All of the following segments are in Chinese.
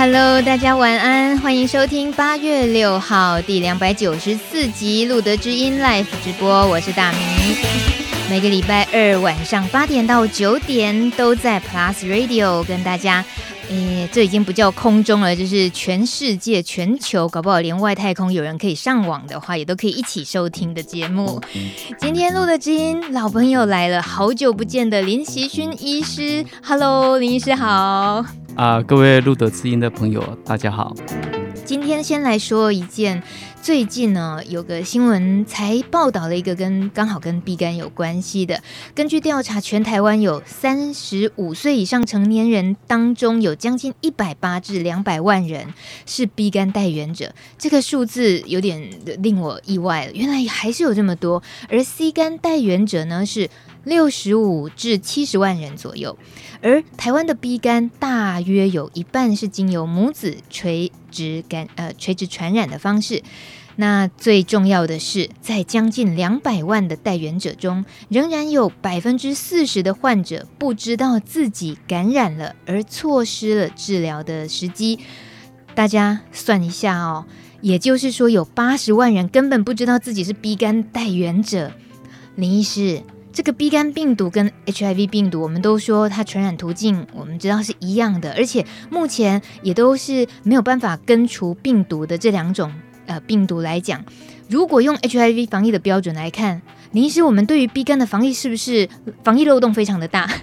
Hello， 大家晚安，欢迎收听8月6号第294集路德之音 Live 直播，我是大明。每个礼拜二晚上8点到9点都在 Plus Radio 跟大家，这已经不叫空中了，就是全世界全球，搞不好连外太空有人可以上网的话，也都可以一起收听的节目。今天路德之音老朋友来了，好久不见的林习勋医师 ，Hello， 林医师好。 各位路德之音的朋友，大家好。 今天先来说一件，最近呢有个新闻才报道了一个刚好跟 B 肝有关系的。根据调查，全台湾有35岁以上成年人当中，有将近180至200万人是 B 肝带原者，这个数字有点令我意外了，原来还是有这么多。而 C 肝带原者呢是65至70万人左右，而台湾的 B 肝大约有一半是经由母子垂直传染的方式。那最重要的是，在将近200万的带原者中，仍然有40%的患者不知道自己感染了，而错失了治疗的时机。大家算一下哦，也就是说有80万人根本不知道自己是 B 肝带原者。林医师，这个 B 肝病毒跟 HIV 病毒，我们都说它传染途径我们知道是一样的，而且目前也都是没有办法根除病毒的这两种病毒来讲，如果用 HIV 防疫的标准来看，林医师，我们对于 B 肝的防疫是不是防疫漏洞非常的大？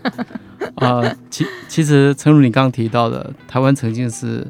其实诚如你刚刚提到的，台湾曾经是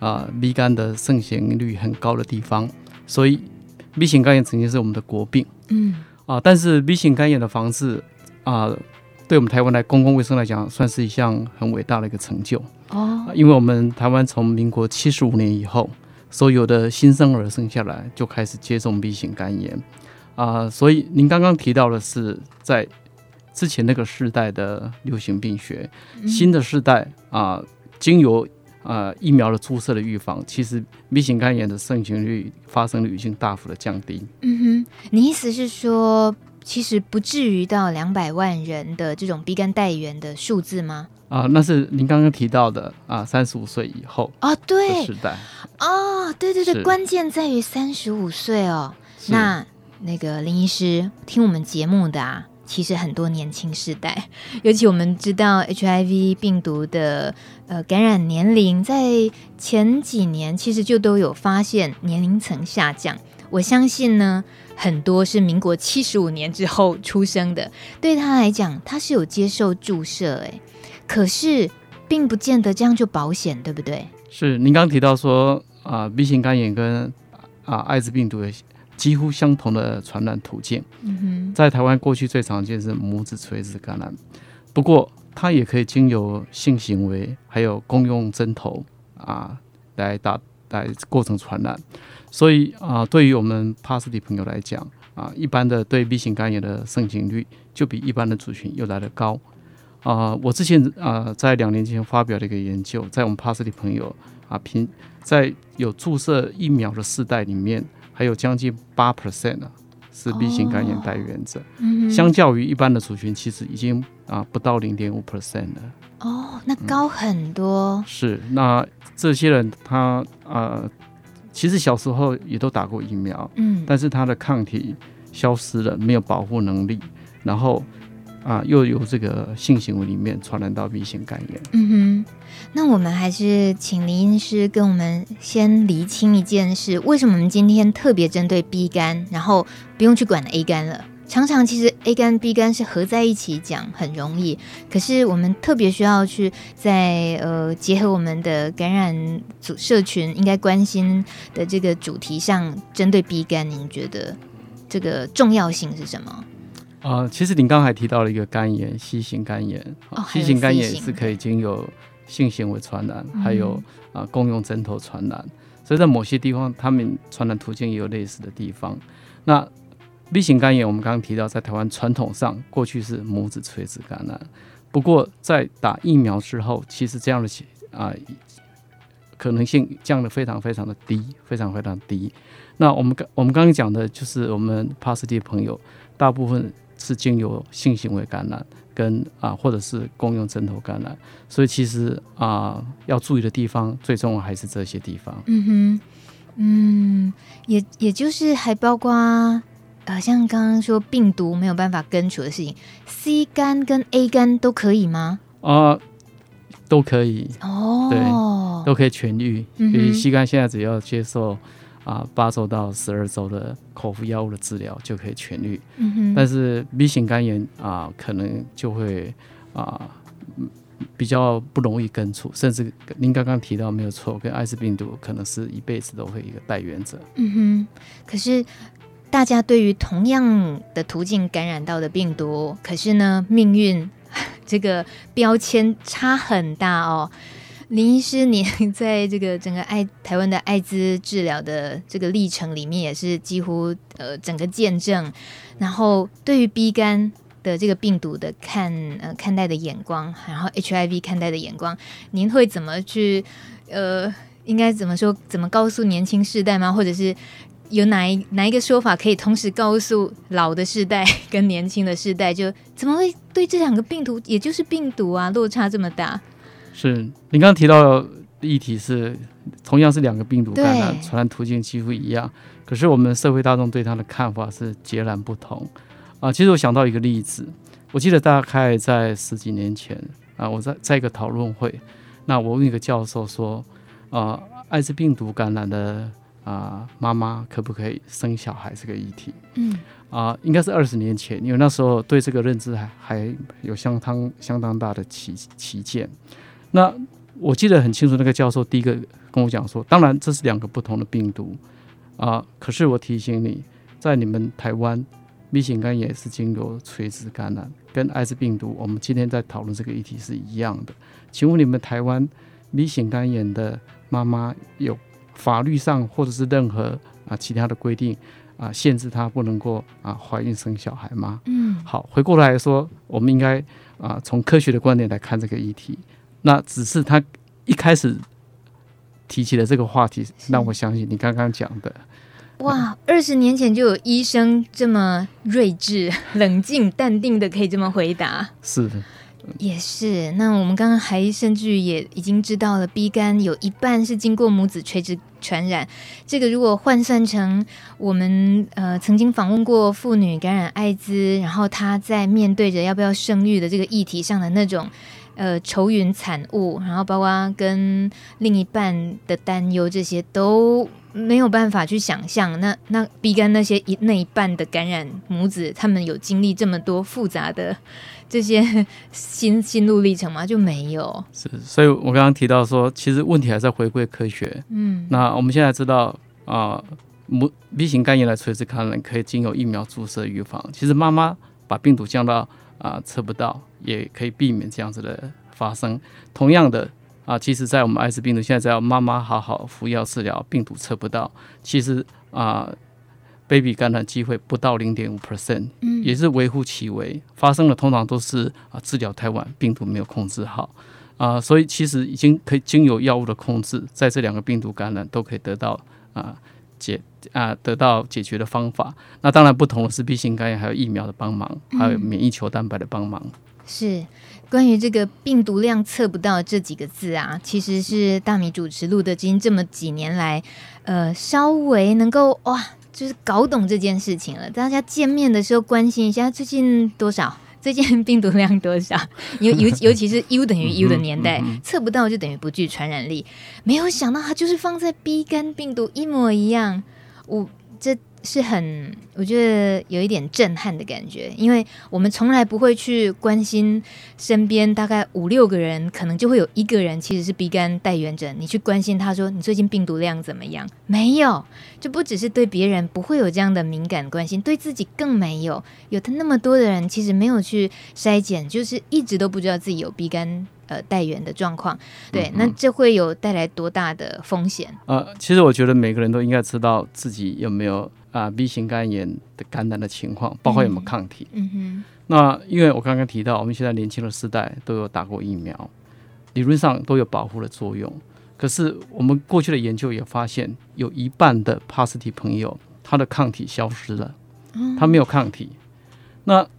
B 肝的盛行率很高的地方，所以 B 型肝炎曾经是我们的国病。但是 B 型肝炎的防治对我们台湾来公共卫生来讲，算是一项很伟大的一个成就。因为我们台湾从民国75年以后，所有的新生儿生下来就开始接种 B 型肝炎。所以您刚刚提到的是在之前那个世代的流行病学，新的世代经由疫苗的注射的预防，其实 B 型肝炎的盛行率、发生率已经大幅的降低。 你意思是说，其实不至于到200万人的这种 B 肝带原的数字吗？ 那是您刚刚提到的35岁以后的时代。 对，关键在于35岁哦。那个林医师听我们节目的其实很多年轻世代，尤其我们知道 HIV 病毒的感染年龄在前几年其实就都有发现年龄层下降。我相信呢，很多是民国75年之后出生的，对他来讲他是有接受注射，可是并不见得这样就保险，对不对？ 是，您刚刚提到说B 型肝炎跟艾滋病毒的几乎相同的传染途径。在台湾过去最常见是母子垂直感染，不过它也可以经由性行为还有共用针头来构成传染。所以对于我们 positive 朋友来讲一般的对 B 型肝炎的盛行率就比一般的族群又来得高。我之前在2年前发表了一个研究，在我们 positive 朋友在有注射疫苗的世代里面，还有将近8% 是 B 型肝炎带原者，相较于一般的族群，其实已经不到 0.5% 了。 那高很多。 是，那这些人他其实小时候也都打过疫苗，但是他的抗体消失了，没有保护能力，然后又由这个性行为里面传染到 B 型肝炎。 那我们还是请林医师跟我们先厘清一件事，为什么我们今天特别针对 B 肝，然后不用去管 A 肝了？常常其实 A 肝 B 肝是合在一起讲很容易，可是我们特别需要去在结合我们的感染社群应该关心的这个主题上，针对 B 肝，您觉得这个重要性是什么？ 其实您刚才提到了一个肝炎，C 型肝炎。C 型肝炎是可以经由性行为传染，还有共用针头传染，所以在某些地方他们传染途径也有类似的地方。那 B 型肝炎我们刚刚提到，在台湾传统上过去是母子垂直感染，不过在打疫苗之后，其实这样的可能性降得非常非常的低，非常非常低。那我们刚刚讲的就是我们 positive 朋友大部分是经由性行为感染跟或者是共用针头感染，所以其实要注意的地方最重要还是这些地方。 也就是还包括像刚刚说病毒没有办法根除的事情 ，C 肝跟 A 肝都可以吗？ 都可以对，都可以痊愈。比如C肝现在只要接受8周到12周的口服药物的治疗就可以痊愈，但是 B 型肝炎可能就会比较不容易根除，甚至您刚刚提到没有错，跟艾滋病毒可能是一辈子都会一个带原者。 可是大家对于同样的途径感染到的病毒，可是呢命运这个标签差很大哦。林医师，你在这个整个台湾的艾滋治疗的这个历程里面，也是几乎整个见证。然后对于 B 肝的这个病毒的看待的眼光，然后 HIV 看待的眼光，您会怎么去应该怎么说？怎么告诉年轻世代吗？或者是有哪一个说法可以同时告诉老的世代跟年轻的世代，就怎么会对这两个病毒，也就是病毒落差这么大？ 是您刚刚提到的议题是同样是两个病毒感染，传染途径几乎一样，可是我们社会大众对它的看法是截然不同。其实我想到一个例子，我记得大概在10几年前我在一个讨论会，那我问一个教授说，艾滋病毒感染的妈妈可不可以生小孩这个议题，应该是20年前，因为那时候对这个认知还有相当大的歧见。那我记得很清楚，那个教授第一个跟我讲说，当然这是两个不同的病毒可是我提醒你，在你们台湾 B 型肝炎是经由垂直感染，跟艾滋病毒我们今天在讨论这个议题是一样的。请问你们台湾 B 型肝炎的妈妈有法律上或者是任何其他的规定限制她不能够怀孕生小孩吗？好，回过来说，我们应该从科学的观点来看这个议题。那只是他一开始提起的这个话题，让我相信你刚刚讲的。 哇，20年前就有医生这么睿智、冷静、淡定的可以这么回答。 是的， 也是。那我们刚刚还甚至也已经知道了 B 肝有一半是经过母子垂直传染，这个如果换算成我们曾经访问过妇女感染艾滋，然后她在面对着要不要生育的这个议题上的那种愁云惨雾，然后包括跟另一半的担忧，这些都没有办法去想象。那 B 肝那一半的感染母子，他们有经历这么多复杂的这些心路历程吗？就没有。 是，所以我刚刚提到说，其实问题还是要回归科学。那我们现在知道B 型肝炎的垂直感染可以经由疫苗注射预防。其实妈妈把病毒降到测不到，也可以避免这样子的发生。同样的其实在我们艾滋病毒现在只要妈妈好好服药治疗，病毒测不到，其实baby 感染机会不到 0.5%，也是微乎其微。发生的通常都是治疗太晚，病毒没有控制好所以其实已经可以经由药物的控制，在这两个病毒感染都可以得到解决的方法。那当然不同的是 B 型肝炎还有疫苗的帮忙，还有免疫球蛋白的帮忙。 是关于这个病毒量测不到这几个字其实是大米主持路德基因这么几年来稍微能够就是搞懂这件事情了。大家见面的时候关心一下最近多少，最近病毒量多少，尤其是 U 等于 U 的年代，测不到就等于不具传染力。没有想到它就是放在 B 肝病毒一模一样，这是我觉得有一点震撼的感觉，因为我们从来不会去关心身边大概5-6个人，可能就会有1个人其实是 B 肝带原者，你去关心他说你最近病毒量怎么样？没有，就不只是对别人不会有这样的敏感关心，对自己更没有。有那么多的人其实没有去筛检，就是一直都不知道自己有 B 肝带源的状况。对，那这会有带来多大的风险？ 其实我觉得每个人都应该知道自己有没有B 型肝炎的感染的情况，包括有没有抗体。那因为我刚刚提到，我们现在年轻的世代都有打过疫苗，理论上都有保护的作用。可是我们过去的研究也发现，有一半的 positive 朋友，他的抗体消失了，他没有抗体。那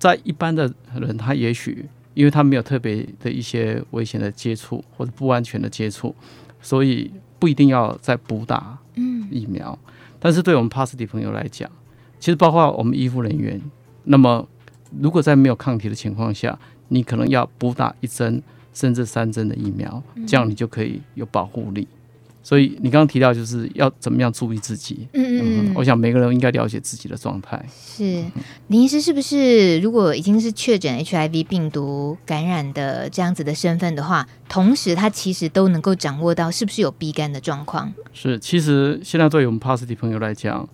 在一般的人，他也许因为他没有特别的一些危险的接触或者不安全的接触，所以不一定要再补打疫苗。但是对我们 positive 朋友来讲，其实包括我们医护人员，那么如果在没有抗体的情况下，你可能要补打1针甚至3针的疫苗，这样你就可以有保护力。所以你刚刚提到就是要怎么样注意自己，我想每个人应该了解自己的状态。 是，林医师是不是如果已经是确诊 HIV 病毒感染的这样子的身份的话，同时他其实都能够掌握到是不是有 B 肝的状况？是， 其实现在对于我们 positive 朋友来讲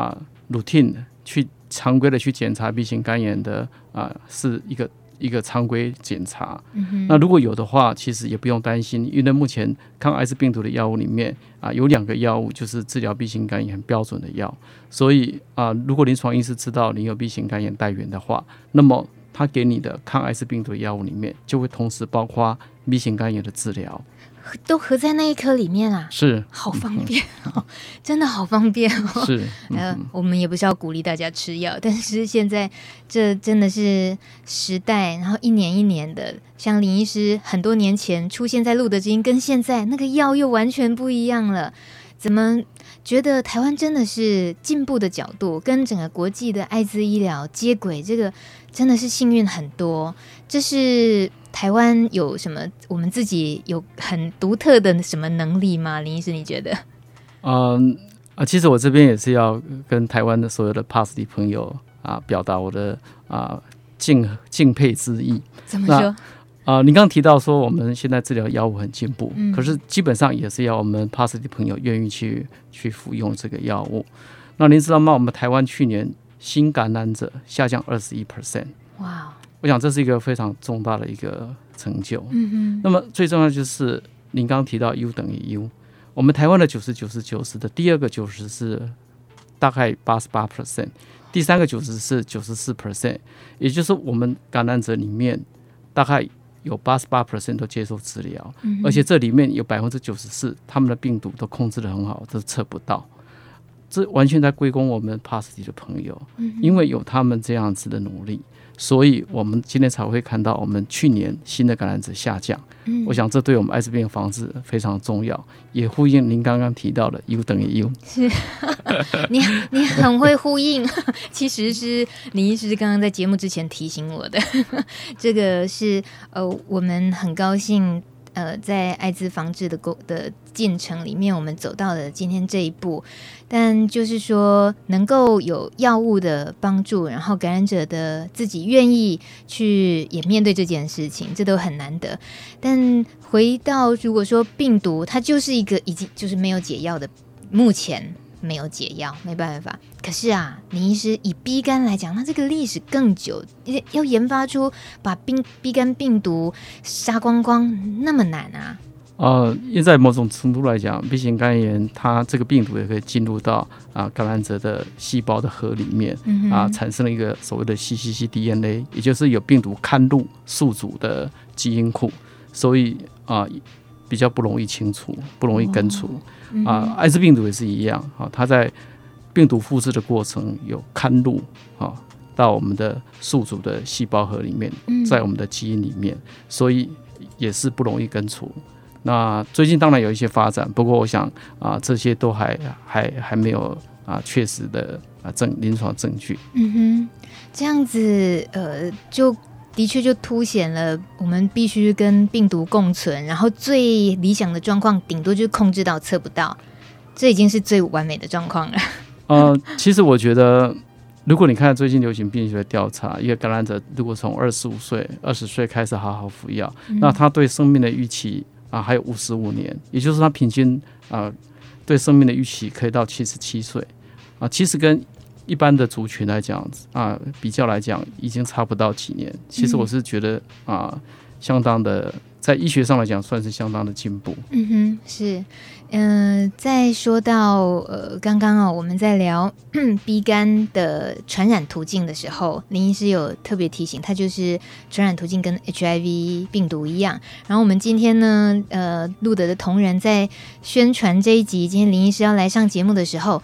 routine 去常规的去检查 B 型肝炎的是一个常规检查，那如果有的话，其实也不用担心，因为目前抗艾滋病毒的药物里面有2个药物就是治疗 B 型肝炎很标准的药，所以如果临床医师知道你有 B 型肝炎带源的话，那么他给你的抗艾滋病毒的药物里面就会同时包括 B 型肝炎的治疗， 都合在那一颗里面啊， 是， 好方便真的好方便是， 我们也不是要鼓励大家吃药，但是现在这真的是时代，然后一年一年的，像林医师很多年前出现在路德基因，跟现在那个药又完全不一样了。怎么觉得台湾真的是进步的角度跟整个国际的艾滋医疗接轨，这个真的是幸运很多。这是台湾有什么我们自己有很独特的什么能力吗？林医师你觉得？ 其实我这边也是要跟台湾的所有的 positive 朋友表达我的敬佩之意。 怎么说？ 你刚刚提到说我们现在治疗药物很进步，可是基本上也是要我们 positive 朋友愿意去服用这个药物。那您知道吗？我们台湾去年新感染者下降 21%， 哇！ 我想这是一个非常重大的一个成就。那么最重要就是您刚刚提到 U 等于 U， 我们台湾的90、90、90的第2个90是大概 88%， 第3个90是 94%， 也就是我们感染者里面大概有 88% 都接受治疗，而且这里面有 94% 他们的病毒都控制得很好，都测不到。这完全在归功我们 positive 的朋友，因为有他们这样子的努力，所以我们今天才会看到我们去年新的感染者下降。我想这对我们艾滋病防治非常重要，也呼应您刚刚提到的 U 等于 U。 是你很会呼应其实是林医师刚刚在节目之前提醒我的这个是我们很高兴在艾滋防治的进程里面我们走到了今天这一步，但就是说能够有药物的帮助，然后感染者的自己愿意去也面对这件事情，这都很难得。但回到如果说病毒它就是一个已经就是没有解药的，目前没有解药，没办法。可是林医师以 B 肝来讲，那这个历史更久，要研发出把 B 肝病毒杀光光那么难啊。 因为在某种程度来讲 B 型肝炎它这个病毒也可以进入到感染者的细胞的核里面，产生了一个所谓的 cccDNA， 也就是有病毒刊入宿主的基因库，所以比较不容易清除，不容易根除。艾滋病毒也是一样，它在病毒复制的过程有刊入到我们的宿主的细胞核里面，在我们的基因里面，所以也是不容易根除。那最近当然有一些发展，不过我想这些都还没有确实的临床证据。 这样子就的确就凸显了我们必须跟病毒共存，然后最理想的状况顶多就是控制到测不到，这已经是最完美的状况了。 其实我觉得如果你看最近流行病学的调查，一个感染者如果从25岁、20岁开始好好服药，那他对生命的预期还有55年，也就是他平均对生命的预期可以到77岁其实跟一般的族群来讲比较来讲已经差不到几年。其实我是觉得相当的，在医学上来讲算是相当的进步。 是。再说到刚刚我们在聊B 肝的传染途径的时候，林医师有特别提醒，它就是传染途径跟 HIV 病毒一样。然后我们今天呢路德的同仁在宣传这一集，今天林医师要来上节目的时候，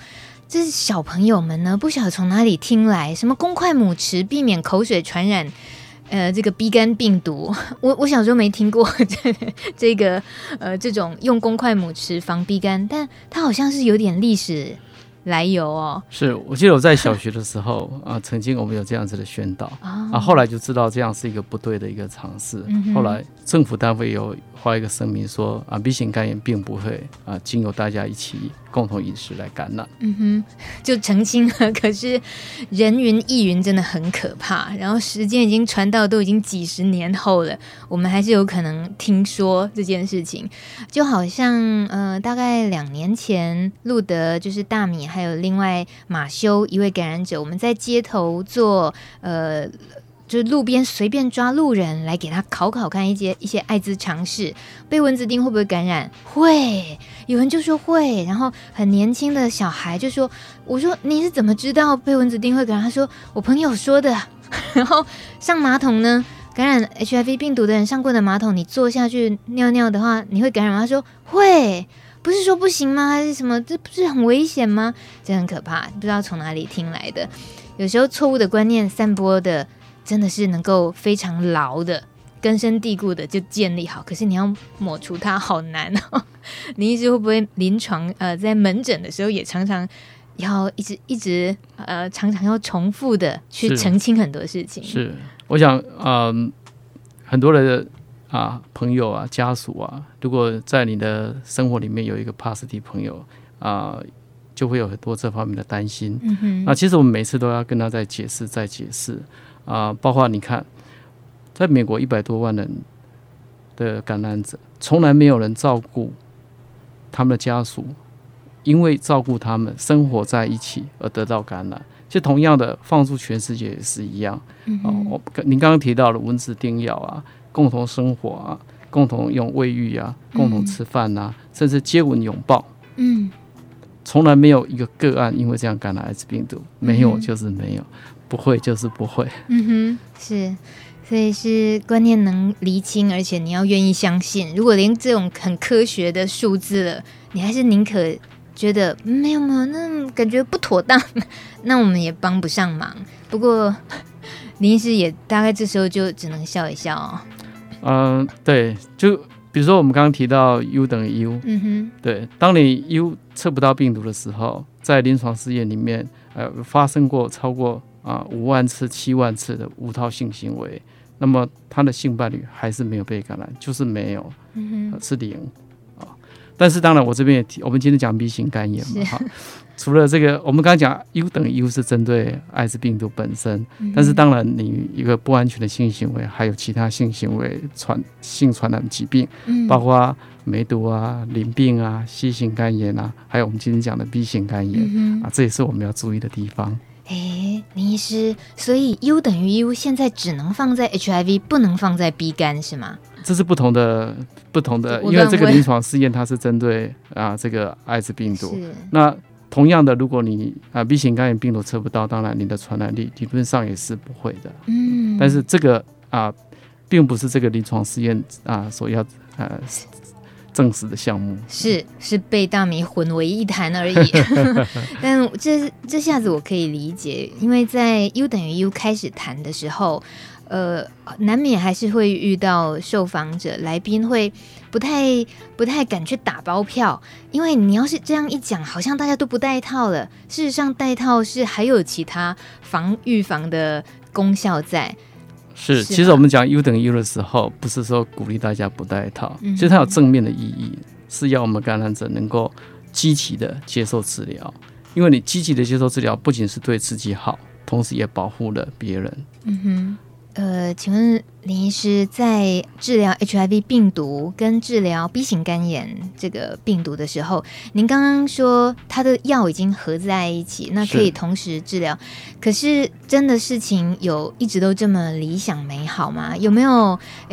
这是小朋友们呢，不晓得从哪里听来，什么公筷母匙避免口水传染，这个 B 肝病毒，我小时候没听过这个这种用公筷母匙防 B 肝，但它好像是有点历史来由哦。 是我记得我在小学的时候曾经我们有这样子的宣导后来就知道这样是一个不对的一个尝试。后来政府单位有发一个声明说B 型肝炎并不会经由大家一起共同饮食来感染。 就澄清了。可是人云亦云真的很可怕，然后时间已经传到都已经几十年后了，我们还是有可能听说这件事情。就好像大概2年前路德就是大米还有另外马修一位感染者，我们在街头做就是路边随便抓路人来给他考看一些艾滋常识，被蚊子叮会不会感染？会，有人就说会，然后很年轻的小孩就说，我说你是怎么知道被蚊子叮会感染？他说我朋友说的。然后上马桶呢，感染 HIV 病毒的人上过的马桶，你坐下去尿尿的话你会感染吗？他说会，不是说不行吗？还是什么？这不是很危险吗？这很可怕，不知道从哪里听来的。有时候错误的观念散播的真的是能够非常牢的根深蒂固的就建立好，可是你要抹除它好难哦。林医师会不会临床在门诊的时候也常常要一直常常要重复的去澄清很多事情？是， 我想很多的朋友家属如果在你的生活里面有一个 positive 朋友就会有很多这方面的担心。那其实我们每次都要跟他再解释包括你看在美国100多万人的感染者，从来没有人照顾他们的家属，因为照顾他们生活在一起而得到感染。其实同样的放诸全世界也是一样。您刚刚提到了蚊子叮咬共同生活共同用卫浴共同吃饭甚至接吻拥抱，从来没有一个个案因为这样感染艾滋病毒。没有就是没有，不会就是不会。 是，所以是观念能厘清，而且你要愿意相信。如果连这种很科学的数字了，你还是宁可觉得没有，那感觉不妥当，那我们也帮不上忙。不过林医师也大概这时候就只能笑一笑对，就比如说我们刚刚提到 U 等于 U，对，当你 U 测不到病毒的时候，在临床试验里面发生过超过5万次、7万次的无套性行为，那么他的性伴侣还是没有被感染，就是没有，是0。但是当然我这边也提，我们今天讲 B 型肝炎嘛，除了这个我们刚刚讲 U 等于 U 是针对艾滋病毒本身，但是当然你一个不安全的性行为还有其他性行为性传染疾病，包括梅毒淋病C 型肝炎还有我们今天讲的 B 型肝炎这也是我们要注意的地方。 林医师，所以 U 等于 U 现在只能放在 HIV， 不能放在 B 肝是吗？ 这是不同的，因为这个临床试验它是针对这个艾滋病毒。那同样的，如果你B 型肝炎病毒测不到，当然你的传染力理论上也是不会的。但是这个并不是这个临床试验所要证实的项目，是被大米混为一谈而已。但这下子我可以理解，因为在 U 等于 U 开始谈的时候，难免还是会遇到受访者来宾会不太敢去打包票，因为你要是这样一讲，好像大家都不戴套了。事实上，戴套是还有其他预防的功效在。 是，其实我们讲 U 等于 U 的时候，不是说鼓励大家不戴套，其实它有正面的意义，是要我们感染者能够积极的接受治疗，因为你积极的接受治疗，不仅是对自己好，同时也保护了别人。 请问林医师，在治疗 HIV 病毒跟治疗 B 型肝炎这个病毒的时候，您刚刚说它的药已经合在一起，那可以同时治疗，可是真的事情有一直都这么理想美好吗？有没有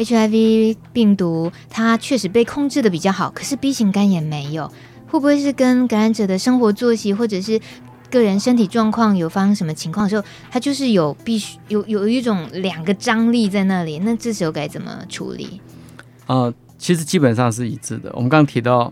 HIV 病毒它确实被控制的比较好，可是 B 型肝炎没有？会不会是跟感染者的生活作息或者是个人身体状况有发生什么情况的时候，它就是必须有一种2个张力在那里，那这时候该怎么处理？ 其实基本上是一致的。我们刚刚提到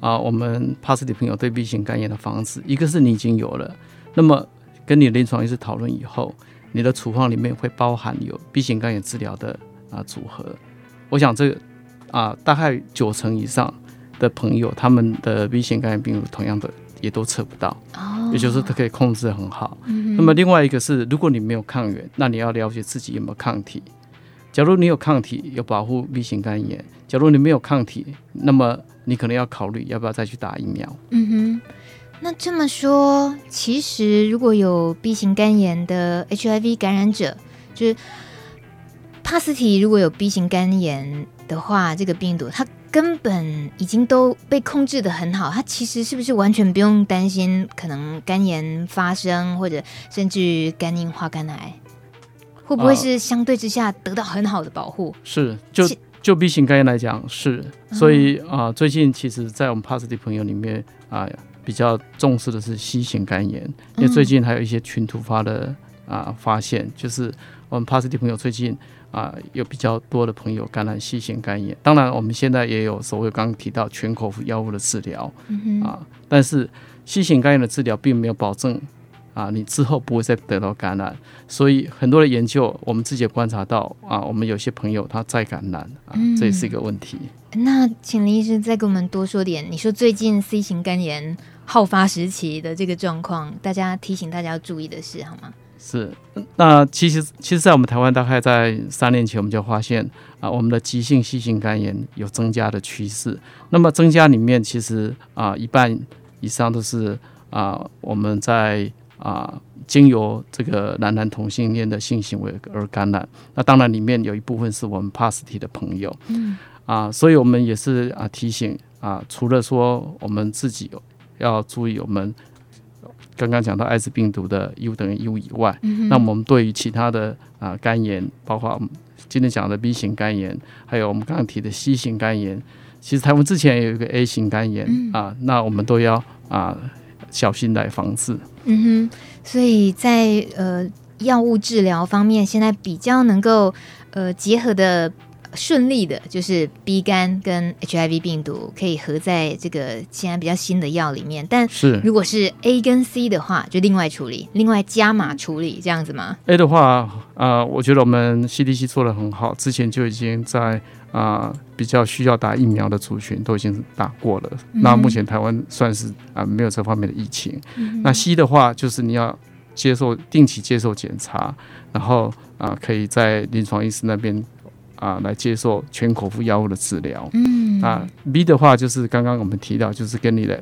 我们 PAST 的朋友对 B 型肝炎的防治，一个是你已经有了，那么跟你的临床医师讨论以后，你的处方里面会包含有 B 型肝炎治疗的组合。我想这个大概90%以上的朋友，他们的 B 型肝炎病毒同样的也都测不到，也就是它可以控制得很好。那么另外一个是，如果你没有抗原，那你要了解自己有没有抗体。假如你有抗体，有保护 B 型肝炎；假如你没有抗体，那么你可能要考虑要不要再去打疫苗。 那这么说，其实如果有 B 型肝炎的 HIV 感染者，就是帕斯提如果有 B 型肝炎的话，这个病毒它根本已经都被控制得很好，它其实是不是完全不用担心可能肝炎发生，或者甚至于肝硬化、肝癌？会不会是相对之下得到很好的保护？ 是，就 B 型肝炎来讲是，所以最近其实在我们 PAST 的朋友里面比较重视的是 C 型肝炎，因为最近还有一些群突发的发现，就是我们 PAST 的朋友最近有比较多的朋友感染 C 型肝炎。当然我们现在也有所谓刚刚提到全口服药物的治疗但是 C 型肝炎的治疗并没有保证你之后不会再得到感染，所以很多的研究我们自己也观察到我们有些朋友他再感染这也是一个问题。 那请林医师再给我们多说点，你说最近 C 型肝炎好发时期的这个状况，大家提醒大家要注意的事好吗？ 是，那其实在我们台湾大概在3年前我们就发现我们的急性 C 型肝炎有增加的趋势。那么增加里面其实一半以上都是我们在经由这个男同性恋的性行为而感染，那当然里面有一部分是我们 PAST 的朋友所以我们也是提醒除了说我们自己要注意我们刚刚讲到艾滋病毒的 U 等于 U 以外，那我们对于其他的肝炎，包括今天讲的 B 型肝炎，还有我们刚刚提的 C 型肝炎，其实台湾之前也有一个 A 型肝炎那我们都要小心来防治。 所以在药物治疗方面，现在比较能够结合的顺利的，就是 B 肝跟 HIV 病毒可以合在这个现在比较新的药里面。但如果是 A 跟 C 的话，就另外处理，另外加码处理，这样子吗？ A 的话我觉得我们 CDC 做得很好，之前就已经在比较需要打疫苗的族群都已经打过了那目前台湾算是没有这方面的疫情那 C 的话就是你要定期接受检查，然后可以在临床医师那边来接受全口服药物的治疗B 的话就是刚刚我们提到就是跟你的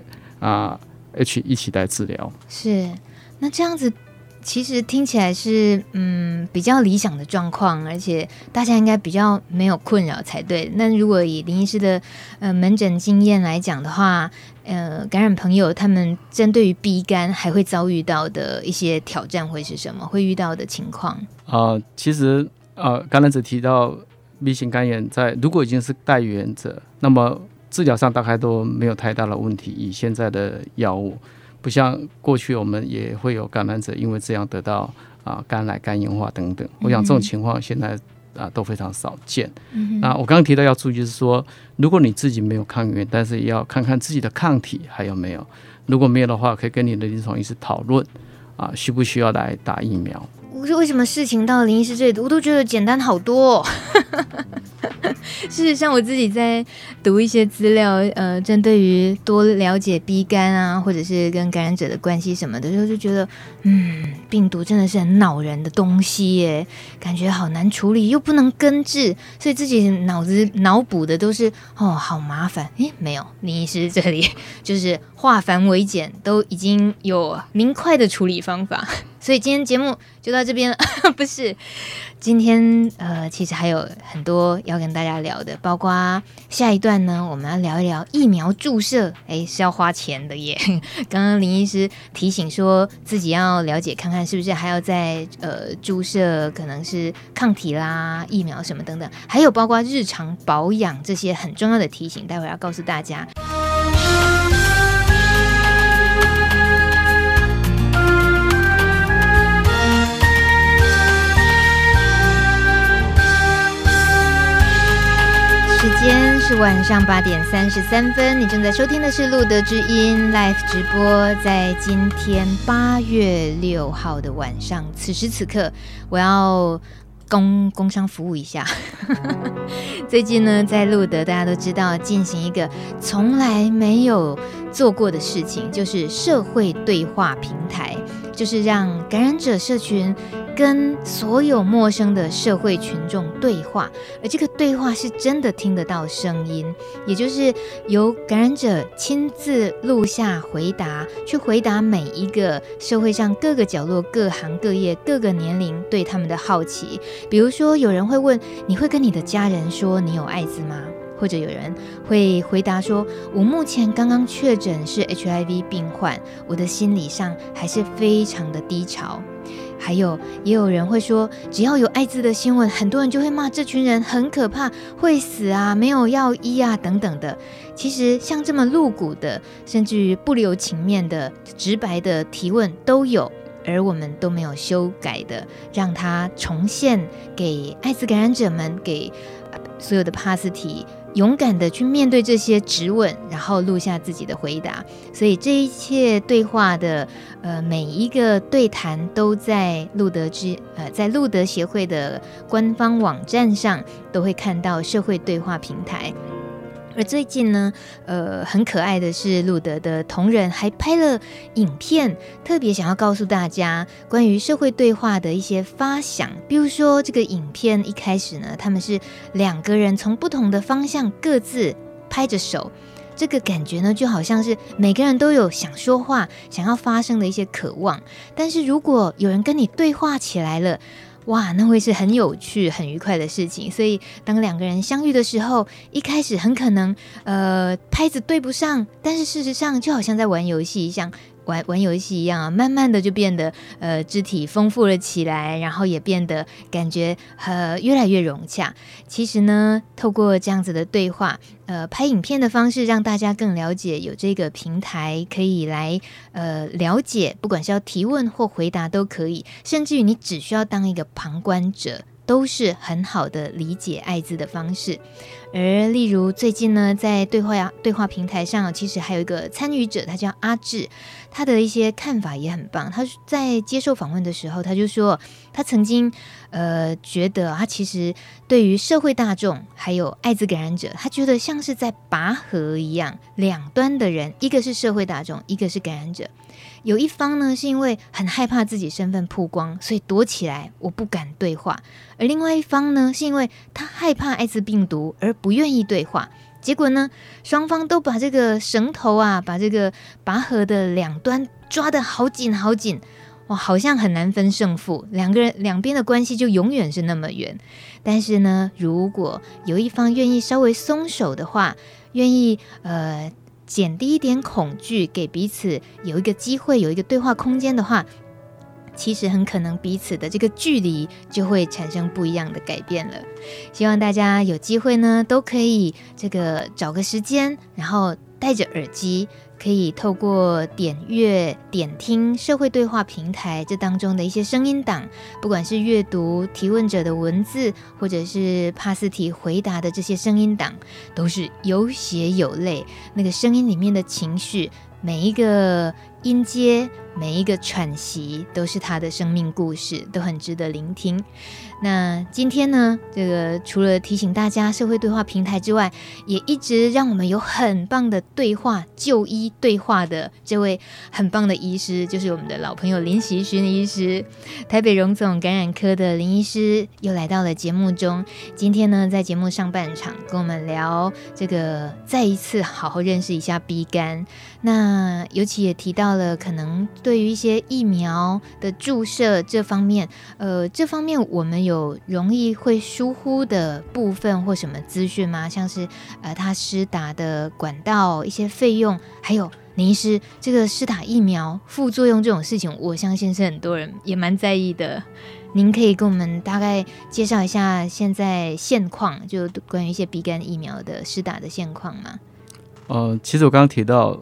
H 一起来治疗。 是，那这样子其实听起来是比较理想的状况，而且大家应该比较没有困扰才对。那如果以林医师的门诊经验来讲的话，感染朋友他们针对于 B 肝还会遭遇到的一些挑战会是什么？会遇到的情况其实感染者提到 B 型肝炎如果已经是带原者，那么治疗上大概都没有太大的问题，以现在的药物不像过去我们也会有感染者因为这样得到肝癌、肝硬化等等，我想这种情况现在都非常少见那我刚刚提到要注意就是说，如果你自己没有抗原，但是也要看看自己的抗体还有没有，如果没有的话可以跟你的临床医师讨论需不需要来打疫苗。 为什么事情到林医师这里我都觉得简单好多事实上我自己在读一些资料针对于多了解 B 肝或者是跟感染者的关系什么的时候，就觉得病毒真的是很恼人的东西耶，感觉好难处理又不能根治，所以自己脑补的都是好麻烦。没有，林医师这里就是化繁为简，都已经有明快的处理方法。所以今天节目就到这边了不是，今天其实还有很多要跟大家聊的，包括下一段呢我们要聊一聊疫苗注射是要花钱的耶刚刚林医师提醒说自己要了解看看是不是还要再注射可能是抗体啦、疫苗什么等等，还有包括日常保养这些很重要的提醒，待会要告诉大家。时间是是晚上8点33分，你正在收听的是路德之音 Live 直播。在今天8月6号的晚上，此时此刻，我要工商服务一下。最近呢，在路德大家都知道进行一个从来没有做过的事情，就是社会对话平台，就是让感染者社群跟所有陌生的社会群众对话，而这个对话是真的听得到声音，也就是由感染者亲自录下回答，去回答每一个社会上各个角落、各行各业、各个年龄对他们的好奇。比如说，有人会问：你会跟你的家人说你有艾滋吗？或者有人会回答说：我目前刚刚确诊是 HIV 病患，我的心理上还是非常的低潮。还有也有人会说，只要有艾滋的新闻，很多人就会骂这群人很可怕，会死啊，没有药医啊等等的。其实像这么露骨的，甚至于不留情面的直白的提问都有，而我们都没有修改的，让它重现给艾滋感染者们，给所有的帕斯提勇敢的去面对这些质问，然后录下自己的回答。所以这一切对话的每一个对谈都在路德协会的官方网站上都会看到社会对话平台。而最近呢，很可爱的是，路德的同仁还拍了影片，特别想要告诉大家关于社会对话的一些发想。比如说，这个影片一开始呢，他们是2个人从不同的方向各自拍着手，这个感觉呢，就好像是每个人都有想说话、想要发声的一些渴望。但是如果有人跟你对话起来了，哇，那会是很有趣、很愉快的事情。所以当2个人相遇的时候，一开始很可能拍子对不上，但是事实上就好像在玩游戏一样。玩游戏一样啊，慢慢的就变得肢体丰富了起来，然后也变得感觉越来越融洽。其实呢，透过这样子的对话，拍影片的方式让大家更了解有这个平台可以来了解，不管是要提问或回答都可以，甚至于你只需要当一个旁观者，都是很好的理解艾滋的方式。而例如最近呢，在对话平台上，其实还有一个参与者，他叫阿志，他的一些看法也很棒。他在接受访问的时候，他就说，他曾经觉得他其实对于社会大众还有艾滋感染者，他觉得像是在拔河一样，两端的人，一个是社会大众，一个是感染者。有一方呢是因为很害怕自己身份曝光，所以躲起来，我不敢对话；而另外一方呢是因为他害怕艾滋病毒而不愿意对话。结果呢，双方都把这个绳头啊，把这个拔河的两端抓得好紧好紧，哇，好像很难分胜负，两边的关系就永远是那么远。但是呢，如果有一方愿意稍微松手的话，愿意减低一点恐惧，给彼此有一个机会，有一个对话空间的话，其实很可能彼此的这个距离就会产生不一样的改变了。希望大家有机会呢，都可以找个时间，然后戴着耳机，可以透过点阅点听社会对话平台这当中的一些声音档，不管是阅读提问者的文字，或者是帕斯提回答的这些声音档，都是有血有泪，那个声音里面的情绪，每一个音阶，每一个喘息，都是他的生命故事，都很值得聆听。那今天呢，这个除了提醒大家社会对话平台之外，也一直让我们有很棒的对话就医对话的这位很棒的医师，就是我们的老朋友林习勋医师，台北荣总感染科的林医师又来到了节目中。今天呢，在节目上半场跟我们聊这个再一次好好认识一下 B 肝，那尤其也提到了可能对于一些疫苗的注射这方面我们有容易会疏忽的部分或什么资讯吗？像是他施打的管道、一些费用，还有林医师这个施打疫苗副作用这种事情，我相信是很多人也蛮在意的。您可以跟我们大概介绍一下现在现况，就关于一些 B 肝疫苗的施打的现况吗？ 其实我刚刚提到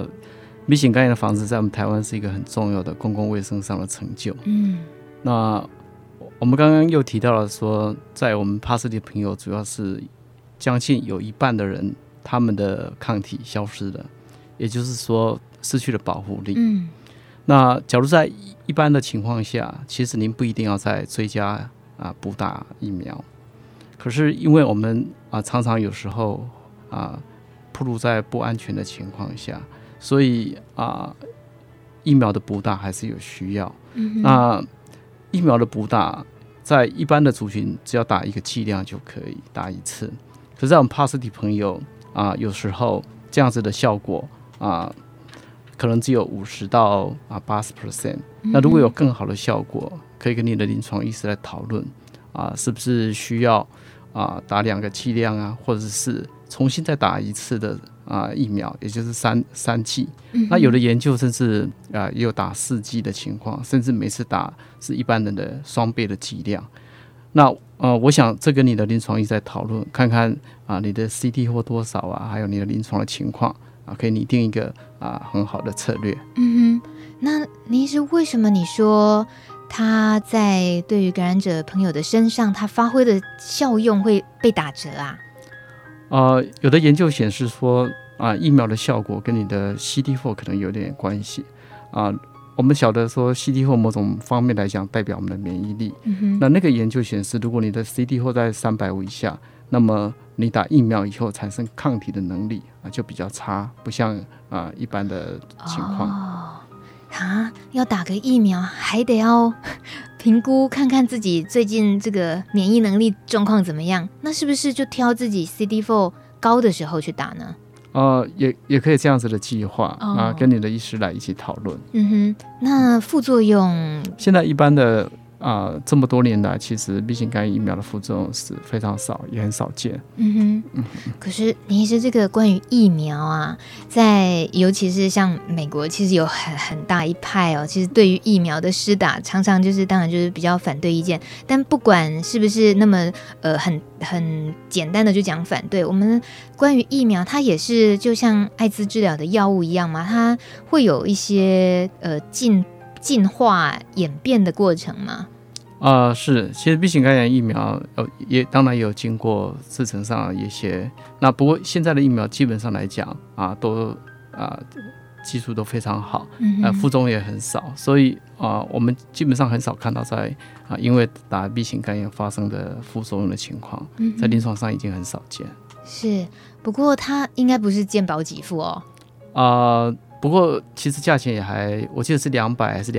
B 型肝炎的防治在我们台湾是一个很重要的公共卫生上的成就。那我们刚刚又提到了说，在我们帕斯提朋友主要是将近有一半的人他们的抗体消失了，也就是说失去了保护力。那假如在一般的情况下，其实您不一定要再追加补打疫苗，可是因为我们常常有时候暴露在不安全的情况下，所以疫苗的补打还是有需要。那疫苗的补打在一般的族群只要打一个剂量就可以打一次，可是在我们 positive 朋友有时候这样子的效果可能只有50%到80%。那如果有更好的效果，可以跟你的临床医师来讨论是不是需要打2个剂量或者是重新再打一次的疫苗，也就是三剂。那有的研究甚至也有打4剂的情况，甚至每次打是一般人的双倍的剂量。那我想这跟你的临床医在讨论，看看你的 CT 或多少还有你的临床的情况可以拟定一个很好的策略。 那您是为什么你说他在对于感染者朋友的身上，他发挥的效用会被打折有的研究显示说疫苗的效果跟你的 CD4 可能有点关系我们晓得说 CD4 某种方面来讲代表我们的免疫力。那个研究显示，如果你的 CD4 在350以下，那么你打疫苗以后产生抗体的能力就比较差，不像一般的情况。 要打个疫苗还得要评估看看自己最近这个免疫能力状况怎么样，那是不是就挑自己 CD4 高的时候去打呢？ 也可以这样子的计划跟你的医师来一起讨论。 那副作用现在一般的这么多年来，其实 B 型肝炎疫苗的副作用是非常少，也很少见。 可是你是这个关于疫苗在尤其是像美国，其实有很大一派其实对于疫苗的施打，常常当然就是比较反对意见。但不管是不是那么很简单的就讲反对，我们关于疫苗，它也是就像艾滋治疗的药物一样嘛，它会有一些进化演变的过程吗？ 是，其实 B 型肝炎疫苗也当然也有经过制程上的一些，那不过现在的疫苗基本上来讲都技术都非常好，副作用也很少，所以我们基本上很少看到在因为打 B 型肝炎发生的副作用的情况，在临床上已经很少见。 是，不过它应该不是健保给付不过其实价钱也还，我记得是200还是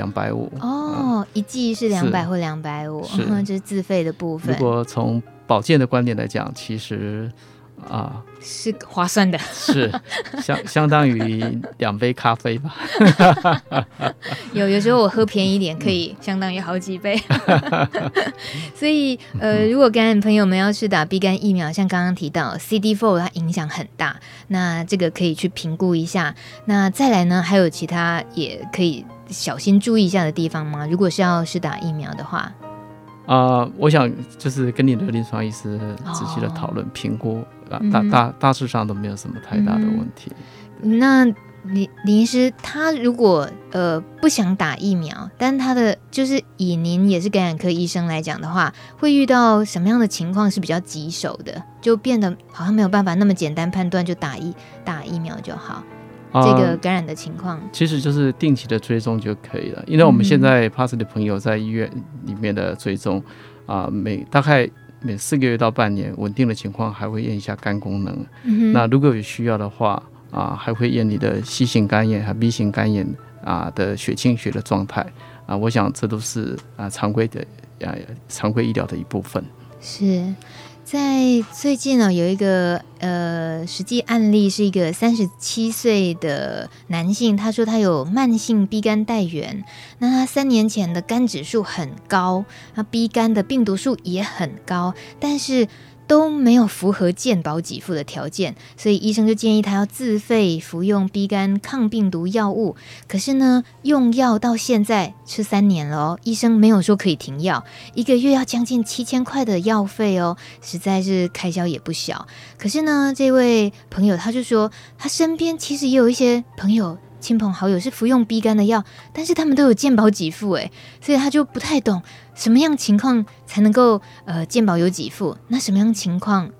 250 一剂是200或250，这是自费的部分。 如果从保健的观点来讲，其实是划算的， 是相当于2杯咖啡吧。 有时候我喝便宜一点，可以相当于好几杯。所以如果感染朋友们要是打 B 肝疫苗，像刚刚提到 CD4 它影响很大，那这个可以去评估一下。那再来呢，还有其他也可以小心注意一下的地方吗？如果是要是打疫苗的话？ 我想就是跟你的临床医师仔细的讨论评估，大致上都没有什么太大的问题。 那林医师他如果不想打疫苗，但他的就是以您也是感染科医生来讲的话，会遇到什么样的情况是比较棘手的，就变得好像没有办法那么简单判断就打疫苗就好？这个感染的情况其实就是定期的追踪就可以了，因为我们现在 positive 的朋友在医院里面的追踪大概每4个月到半年，稳定的情况还会验一下肝功能。那如果有需要的话还会验你的 C 型肝炎和 B 型肝炎的血清学的状态我想这都是常规医疗的一部分。 是在最近有一个实际案例，是一个37岁的男性，他说他有慢性 B 肝带源，那他3年前的肝指数很高，那 B 肝的病毒数也很高，但是都没有符合健保给付的条件，所以医生就建议他要自费服用 B 肝抗病毒药物。可是呢，用药到现在吃3年了医生没有说可以停药，1个月要将近7000块的药费实在是开销也不小。可是呢，这位朋友他就说，他身边其实也有一些朋友亲朋好友是服用 B 肝的药，但是他们都有健保给付所以他就不太懂什么样情况才能够健保有给付，那什么样情况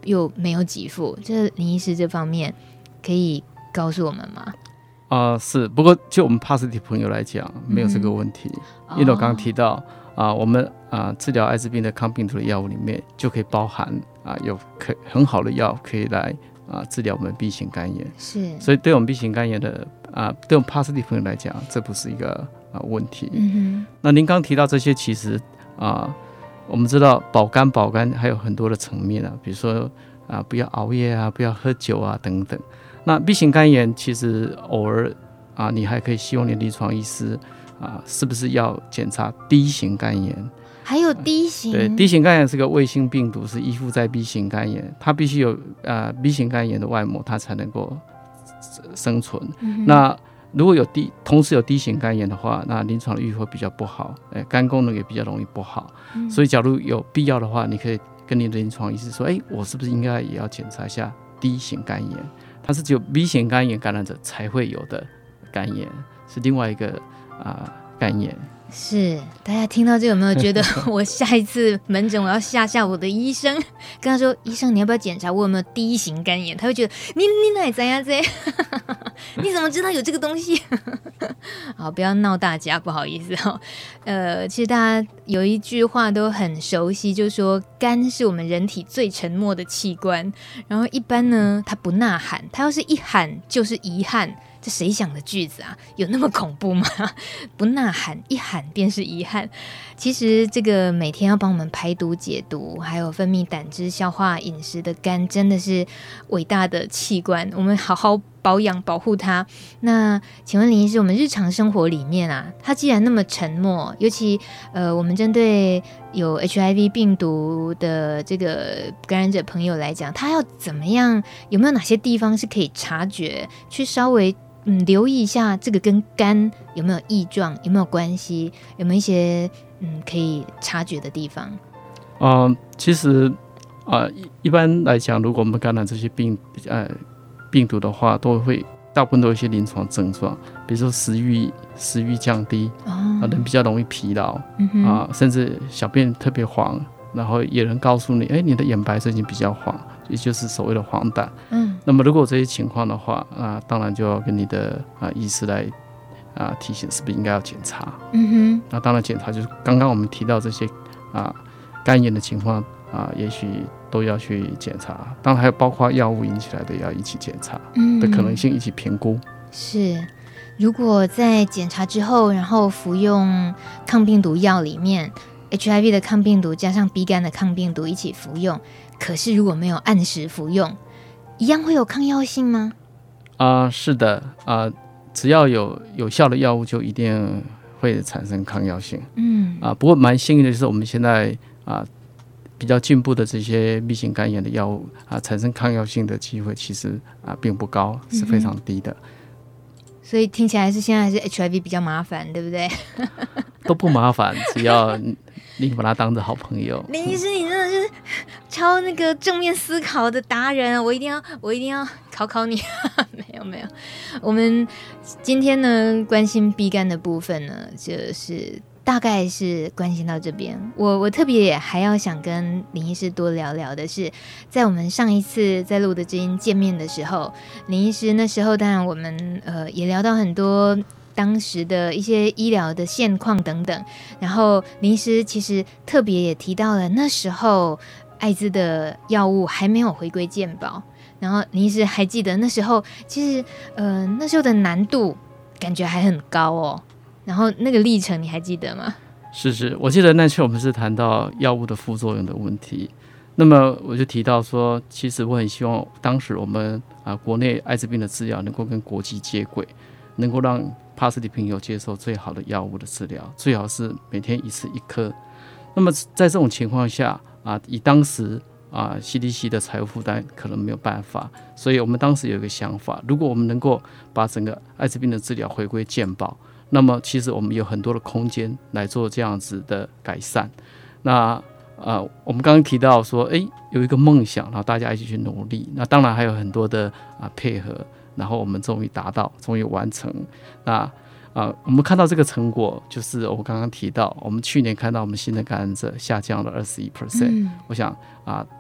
又没有给付，这林医师这方面可以告诉我们吗？ 是，不过就我们 positive 朋友来讲，没有这个问题，因为我刚刚提到我们治疗艾滋病的抗病毒的药物里面就可以包含有很好的药可以来治疗我们 B 型肝炎， 是， 所以对我们 B 型肝炎的对我们 positive 朋友来讲，这不是一个问题。那您刚提到这些，其实我们知道保肝还有很多的层面比如说不要熬夜不要喝酒等等。那 B 型肝炎其实偶尔你还可以希望你的临床医师是不是要检查 D 型肝炎？ 还有 D 型？ 对 ，D 型肝炎是个卫星病毒，是依附在 B 型肝炎，它必须有B 型肝炎的外膜，它才能够生存。那如果同时有 D 型肝炎的话，那临床的预后会比较不好，肝功能也比较容易不好。所以假如有必要的话，你可以跟你的临床医师说，我是不是应该也要检查一下 D 型肝炎？它是只有 B 型肝炎感染者才会有的肝炎，是另外一个肝炎。 是，大家听到这有没有觉得我下一次门诊我要吓我的医生，跟他说医生你要不要检查我有没有 D 型肝炎？他会觉得你哪里知这你怎么知道有这个东西？好，不要闹大家，不好意思其实大家有一句话都很熟悉，就是说肝是我们人体最沉默的器官，然后一般呢它不呐喊，它要是一喊就是遗憾。这谁想的句子有那么恐怖吗？不呐喊，一喊便是遗憾。其实这个每天要帮我们排毒解毒，还有分泌胆汁、消化饮食的肝，真的是伟大的器官，我们好好保养保护它。那请问林医师，我们日常生活里面它既然那么沉默，尤其我们针对有 HIV 病毒的这个感染者朋友来讲，他要怎么样？有没有哪些地方是可以察觉，去稍微留意一下这个跟肝有没有异状，有没有关系，有没有一些可以察觉的地方？ 其实一般来讲，如果我们感染这些病毒的话，大部分都有一些临床症状，比如说食欲降低，人比较容易疲劳，甚至小便特别黄，然后有人告诉你，你的眼白最近比较黄，也就是所谓的黄疸。那么如果有这些情况的话，当然就要跟你的医师来提醒，是不是应该要检查？那当然检查就是刚刚我们提到这些肝炎的情况也许都要去检查。当然还有包括药物引起来的也要一起检查，的可能性一起评估。 是，如果在检查之后，然后服用抗病毒药里面 HIV 的抗病毒加上 B 肝的抗病毒一起服用，可是如果没有按时服用，一样会有抗药性吗？ 是的，只要有效的药物就一定会产生抗药性。不过蛮幸运的就是我们现在比较进步的这些 B 型肝炎的药物产生抗药性的机会其实并不高，是非常低的。 所以听起来是现在还是 HIV 比较麻烦，对不对？ 都不麻烦，只要你把它当着好朋友。 林医师，你真的是超那个正面思考的达人，我一定要考你。没有，我们今天呢关心 B 肝的部分呢，就是大概是关心到这边。我特别也还要想跟林医师多聊聊的是，在我们上一次在录的知音见面的时候，林医师那时候当然我们也聊到很多当时的一些医疗的现况等等，然后林医师其实特别也提到了那时候艾滋的药物还没有回归健保，然后林医师还记得那时候其实那时候的难度感觉还很高哦，然后那个历程你还记得吗？ 是，我记得那次我们是谈到药物的副作用的问题，那么我就提到说，其实我很希望当时我们国内艾滋病的治疗能够跟国际接轨，能够让 positive 朋友接受最好的药物的治疗，最好是每天一次1颗。那么在这种情况下以当时CDC 的财务负担可能没有办法，所以我们当时有一个想法，如果我们能够把整个艾滋病的治疗回归健保，那么其实我们有很多的空间来做这样子的改善。那我们刚刚提到说有一个梦想，然后大家一起去努力，那当然还有很多的配合，然后我们终于达到，终于完成。那我们看到这个成果，就是我刚刚提到，我们去年看到我们新的感染者下降了21%，我想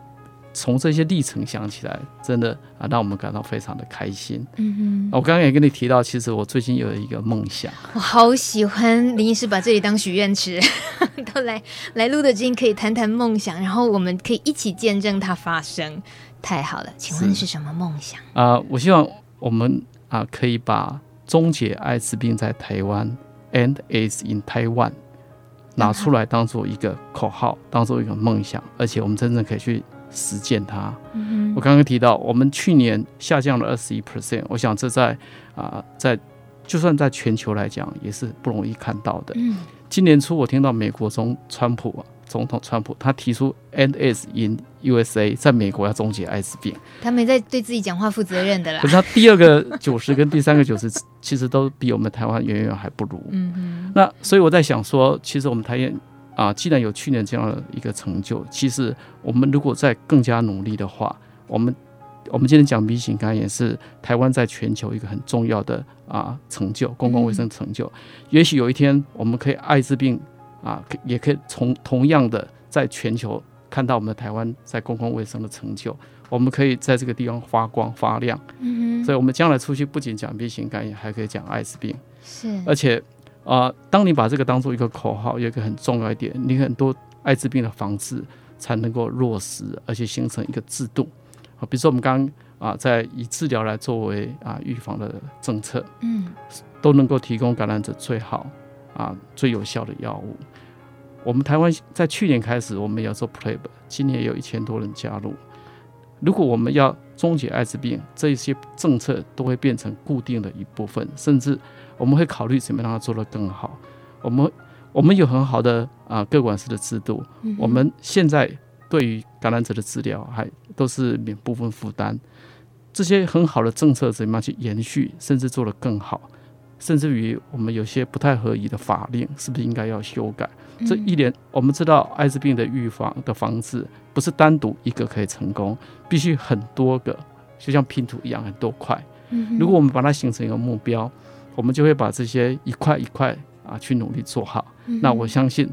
从这些历程想起来，真的让我们感到非常的开心。我刚刚也跟你提到，其实我最近有一个梦想， 我好喜欢林医师把这里当许愿池，都来录的今天可以谈谈梦想，然后我们可以一起见证它发生，太好了。请问是什么梦想？ 我希望我们可以把终结艾滋病在台湾 End AIDS in Taiwan 拿出来当做一个口号，当做一个梦想，而且我们真正可以去实践它。我刚刚提到我们去年下降了 21%， 我想这在就算在全球来讲也是不容易看到的。今年初我听到美国总统川普他提出 End AIDS in USA， 在美国要终结艾滋病， 他没在对自己讲话负责任的啦。 可是他第二个90跟第三个90其实都比我们台湾远远还不如。那所以我在想说，其实我们台湾既然有去年这样的一个成就，其实我们如果再更加努力的话，我们今天讲 B 型肝炎是台湾在全球一个很重要的成就，公共卫生成就。也许有一天我们可以艾滋病也可以同样的在全球看到我们台湾在公共卫生的成就，我们可以在这个地方发光发亮。所以我们将来出去不仅讲 B 型肝炎，还可以讲艾滋病。 是，而且当你把这个当做一个口号，有一个很重要一点，你很多艾滋病的防治才能够落实，而且形成一个制度。比如说我们刚刚在以治疗来作为预防的政策，都能够提供感染者最好最有效的药物。我们台湾在去年开始，我们要做 PrEP， 今年也有1000多人加入。如果我们要终结艾滋病，这些政策都会变成固定的一部分，甚至我们会考虑怎么让它做得更好。我们有很好的个管式的制度，我们现在对于感染者的治疗还都是免部分负担。这些很好的政策怎么样去延续，甚至做得更好？甚至于我们有些不太合宜的法令，是不是应该要修改？这一连我们知道艾滋病的预防的防治不是单独一个可以成功，必须很多个，就像拼图一样很多块。如果我们把它形成一个目标，我们就会把这些一块一块去努力做好。那我相信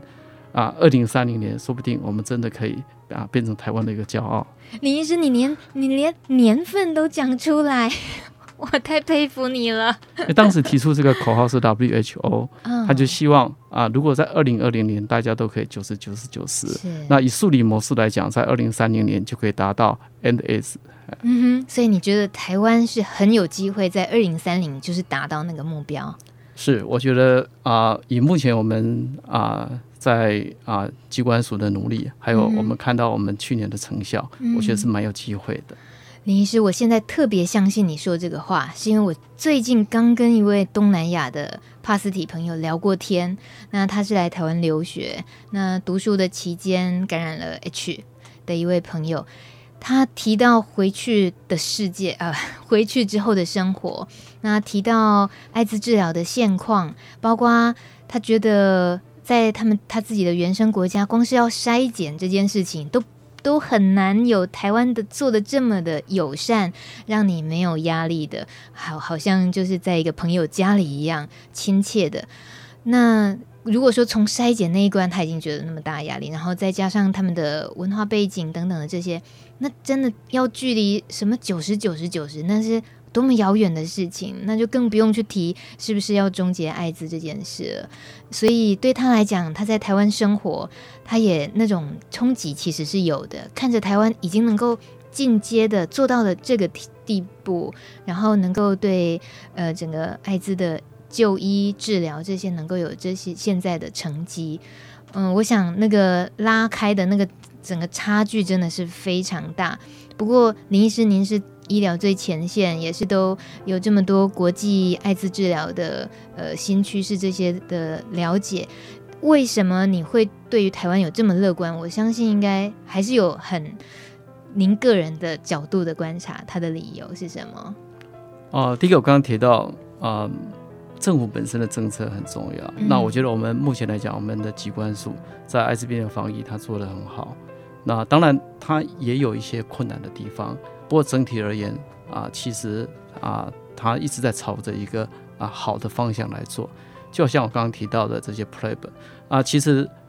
2030年说不定我们真的可以变成台湾的一个骄傲。 林医师，你连年份都讲出来，我太佩服你了。 当时提出这个口号是 WHO， 他就希望如果在2020年大家都可以90-90-90，那以数理模式来讲，在2030年就可以达到 End AIDS。 所以你觉得台湾是很有机会在2030就是达到那个目标？ 是，我觉得以目前我们在机关署的努力，还有我们看到我们去年的成效，我觉得是蛮有机会的。 林医师，我现在特别相信你说这个话，是因为我最近刚跟一位东南亚的帕斯提朋友聊过天。那他是来台湾留学，那读书的期间感染了 H 的一位朋友，他提到回去的世界回去之后的生活，那提到艾滋治疗的现况，包括他觉得在他自己的原生国家，光是要筛检这件事情都很难有台湾的做的这么的友善，让你没有压力的，好像就是在一个朋友家里一样亲切的。那如果说从筛检那一关他已经觉得那么大压力，然后再加上他们的文化背景等等的这些，那真的要距离什么90-90-90，那是多么遥远的事情，那就更不用去提是不是要终结艾滋这件事了。所以对他来讲，他在台湾生活，他也那种冲击其实是有的，看着台湾已经能够进阶的做到了这个地步，然后能够对整个艾滋的就医治疗这些能够有这些现在的成绩，我想那个拉开的那个整个差距真的是非常大。不过林医师，您是医疗最前线，也是都有这么多国际艾滋治疗的新趋势这些的了解，为什么你会对于台湾有这么乐观？我相信应该还是有您个人的角度的观察，它的理由是什么？ 第一个我刚刚提到政府本身的政策很重要。那我觉得我们目前来讲，我们的疾管署在艾滋病的防疫它做得很好。那当然它也有一些困难的地方，不过整体而言其实它一直在朝着一个好的方向来做。就好像我刚刚提到的这些 PrEP 其实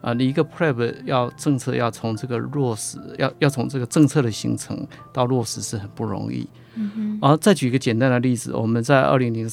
你一个 PrEP 政策要从这个落实，要从这个政策的形成到落实是很不容易。然后再举一个简单的例子，我们在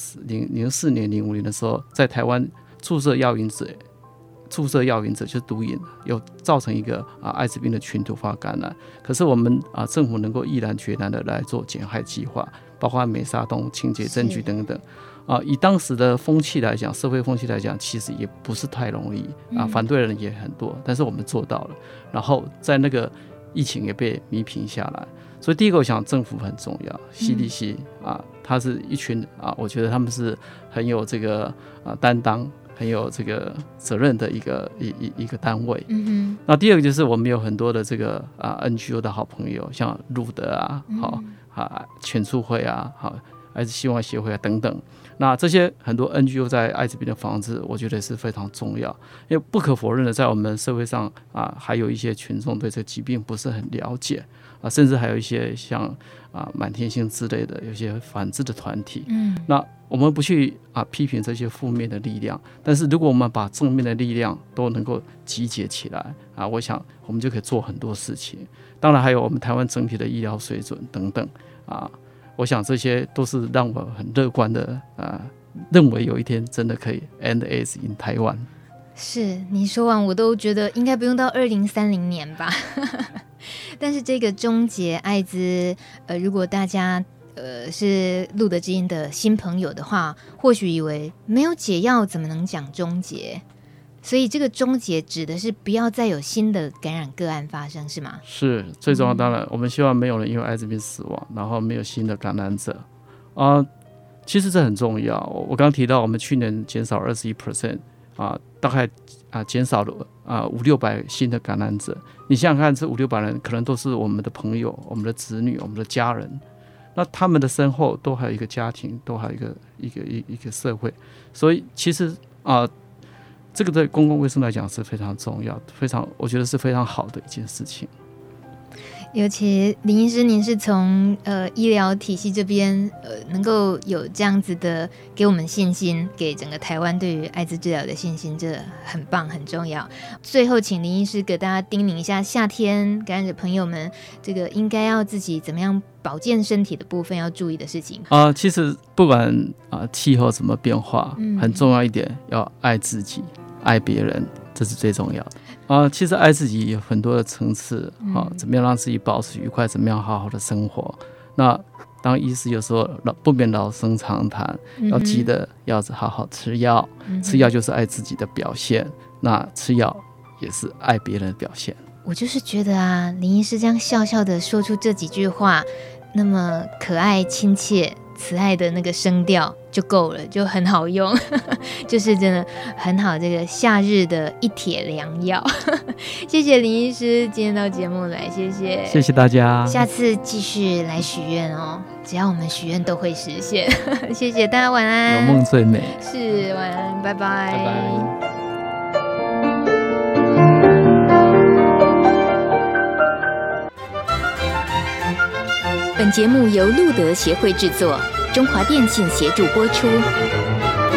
2004年、05年的时候，在台湾注射药瘾者就是毒瘾，有造成一个艾滋病的群突发感染。可是我们政府能够毅然决然的来做减害计划，包括美沙酮、清洁证据等等。以当时的风气来讲，社会风气来讲，其实也不是太容易反对的人也很多，但是我们做到了。然后在那个疫情也被弭平下来。所以第一个，我想政府很重要 ，CDC 它是一群我觉得他们是很有这个担当。很有这个责任的一个单位。那第二个就是我们有很多的这个NGO 的好朋友，像路德全促会艾滋希望协会等等。那这些很多 NGO 在艾滋病的防治，我觉得是非常重要。因为不可否认的，在我们社会上还有一些群众对这个疾病不是很了解甚至还有一些像满天星之类的有些反制的团体。那我们不去批评这些负面的力量，但是如果我们把正面的力量都能够集结起来我想我们就可以做很多事情。当然还有我们台湾整体的医疗水准等等我想这些都是让我很乐观的认为有一天真的可以 end AIDS in 台湾。 是，你说完我都觉得应该不用到2030年吧但是这个终结艾滋如果大家是路德之音的新朋友的话，或许以为没有解药怎么能讲终结，所以这个终结指的是不要再有新的感染个案发生，是吗？是， 最重要当然我们希望没有人因为艾滋病死亡，然后没有新的感染者其实这很重要。我刚刚提到我们去年减少 21% 大概减少了500-600新的感染者。你想想看，这500-600人可能都是我们的朋友、我们的子女、我们的家人，那他们的身后都还有一个家庭，都还有一个社会。所以其实这个对公共卫生来讲是非常重要，我觉得是非常好的一件事情。 尤其林医师，您是从医疗体系这边能够有这样子的给我们信心，给整个台湾对于艾滋治疗的信心，这很棒很重要。最后请林医师给大家叮咛一下，夏天感染者朋友们这个应该要自己怎么样保健身体的部分要注意的事情。 其实不管气候怎么变化很重要一点，要爱自己爱别人，这是最重要的其实爱自己有很多的层次怎么样让自己保持愉快，怎么样好好的生活。那当医师有时候不免老生常谈要记得要好好吃药吃药就是爱自己的表现，那吃药也是爱别人的表现。我就是觉得林医师这样笑笑的说出这几句话，那么可爱亲切慈爱的那个声调就够了，就很好用就是真的很好，这个夏日的一帖良药谢谢林医师今天到节目来，谢谢大家，下次继续来许愿只要我们许愿都会实现谢谢大家，晚安，有梦最美，是，晚安，拜拜，拜拜。本节目由路德协会制作，中华电信协助播出。